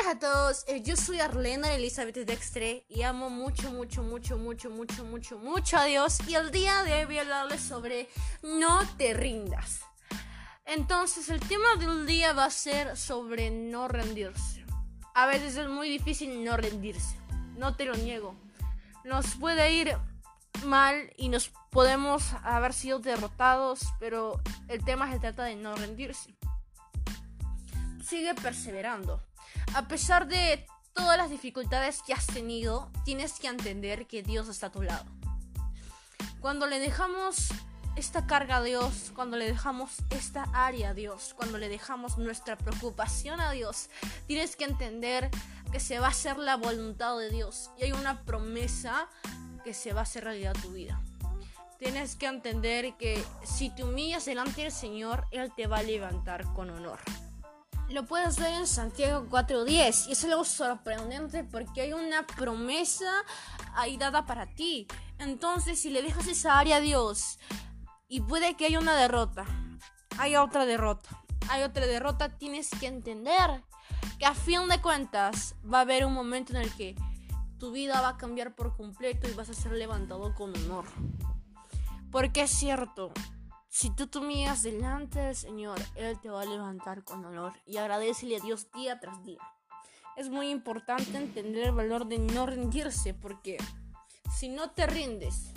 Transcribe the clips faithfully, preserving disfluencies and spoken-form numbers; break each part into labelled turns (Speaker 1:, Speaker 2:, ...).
Speaker 1: Hola a todos, eh, yo soy Arlena Elizabeth Dextre y amo mucho, mucho, mucho, mucho, mucho, mucho, mucho a Dios. Y el día de hoy voy a hablarles sobre no te rindas. Entonces el tema del día va a ser sobre no rendirse. A veces es muy difícil no rendirse, no te lo niego. Nos puede ir mal y nos podemos haber sido derrotados, pero el tema se trata de no rendirse. Sigue perseverando. A pesar de todas las dificultades que has tenido, tienes que entender que Dios está a tu lado. Cuando le dejamos esta carga a Dios, cuando le dejamos esta área a Dios, cuando le dejamos nuestra preocupación a Dios, tienes que entender que se va a hacer la voluntad de Dios y hay una promesa que se va a hacer realidad a tu vida. Tienes que entender que si te humillas delante del Señor, Él te va a levantar con honor. Lo puedes ver en Santiago cuatro diez y es algo sorprendente porque hay una promesa ahí dada para ti. Entonces, si le dejas esa área a Dios y puede que haya una derrota, hay otra derrota, hay otra derrota, tienes que entender que a fin de cuentas va a haber un momento en el que tu vida va a cambiar por completo y vas a ser levantado con honor. Porque es cierto. Si tú te humillas delante del Señor, Él te va a levantar con honor y agradécele a Dios día tras día. Es muy importante entender el valor de no rendirse, porque si no te rindes,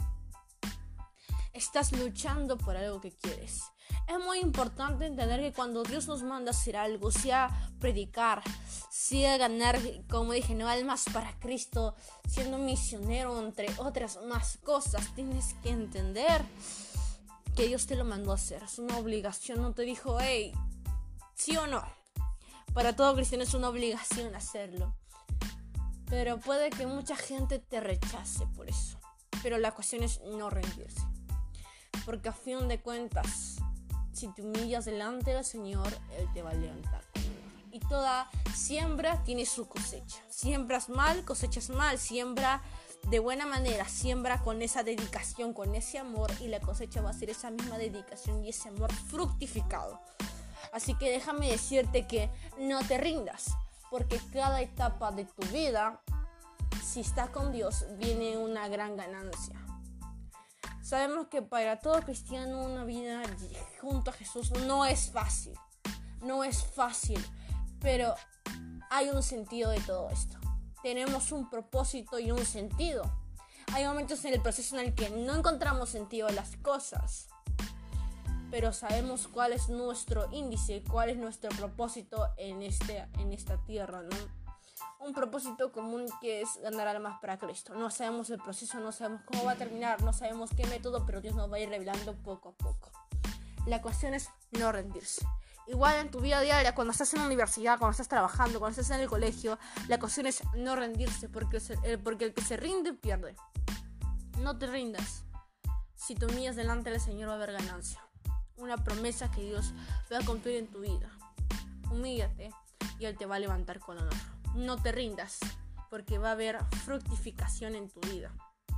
Speaker 1: estás luchando por algo que quieres. Es muy importante entender que cuando Dios nos manda a hacer algo, sea predicar, sea ganar, como dije, no almas para Cristo, siendo misionero, entre otras más cosas, tienes que entender que Dios te lo mandó a hacer. Es una obligación, no te dijo, hey, sí o no. Para todo cristiano es una obligación hacerlo. Pero puede que mucha gente te rechace por eso. Pero la cuestión es no rendirse. Porque a fin de cuentas, si te humillas delante del Señor, Él te va a levantar. Y toda siembra tiene su cosecha. Siembras mal, cosechas mal. Siembra de buena manera, siembra con esa dedicación, con ese amor, y la cosecha va a ser esa misma dedicación y ese amor fructificado. Así que déjame decirte que no te rindas, porque cada etapa de tu vida, si estás con Dios, viene una gran ganancia. Sabemos que para todo cristiano una vida junto a Jesús no es fácil, no es fácil, pero hay un sentido de todo esto. Tenemos un propósito y un sentido. Hay momentos en el proceso en el que no encontramos sentido a las cosas, pero sabemos cuál es nuestro índice, cuál es nuestro propósito en, este, en esta tierra, ¿no? Un propósito común que es ganar almas para Cristo. No sabemos el proceso, no sabemos cómo va a terminar, no sabemos qué método, pero Dios nos va a ir revelando poco a poco. La cuestión es no rendirse. Igual en tu vida diaria, cuando estás en la universidad, cuando estás trabajando, cuando estás en el colegio, la cuestión es no rendirse, porque, el, porque el que se rinde pierde. No te rindas. Si te humillas delante del Señor va a haber ganancia. Una promesa que Dios va a cumplir en tu vida. Humíllate y Él te va a levantar con honor. No te rindas, porque va a haber fructificación en tu vida.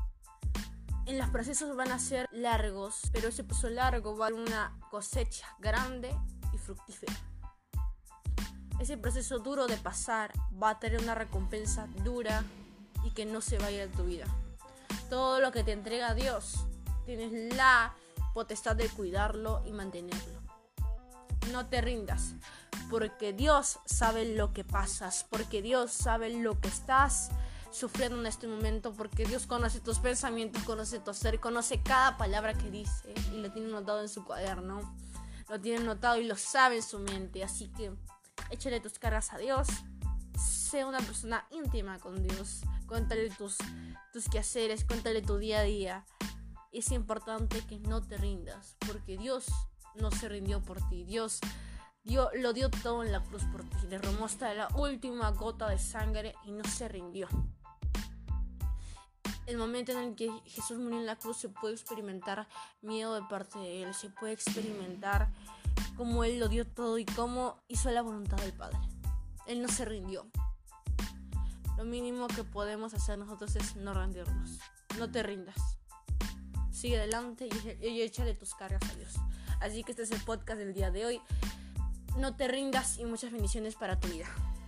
Speaker 1: En los procesos van a ser largos, pero ese proceso largo va a dar una cosecha grande y fructífera. Ese proceso duro de pasar va a tener una recompensa dura y que no se va a ir de tu vida. Todo lo que te entrega Dios, tienes la potestad de cuidarlo y mantenerlo. No te rindas, porque Dios sabe lo que pasas, porque Dios sabe lo que estás sufriendo en este momento, porque Dios conoce tus pensamientos, conoce tu ser, conoce cada palabra que dice y lo tiene notado en su cuaderno, lo tiene notado y lo sabe en su mente. Así que échale tus cargas a Dios, sé una persona íntima con Dios, cuéntale tus, tus quehaceres, cuéntale tu día a día. Es importante que no te rindas, porque Dios no se rindió por ti. Dios dio, lo dio todo en la cruz por ti, derramó hasta la última gota de sangre y no se rindió. El momento en el que Jesús murió en la cruz se puede experimentar miedo de parte de Él, se puede experimentar cómo Él lo dio todo y cómo hizo la voluntad del Padre. Él no se rindió. Lo mínimo que podemos hacer nosotros es no rendirnos. No te rindas. Sigue adelante y, y échale tus cargas a Dios. Así que este es el podcast del día de hoy. No te rindas y muchas bendiciones para tu vida.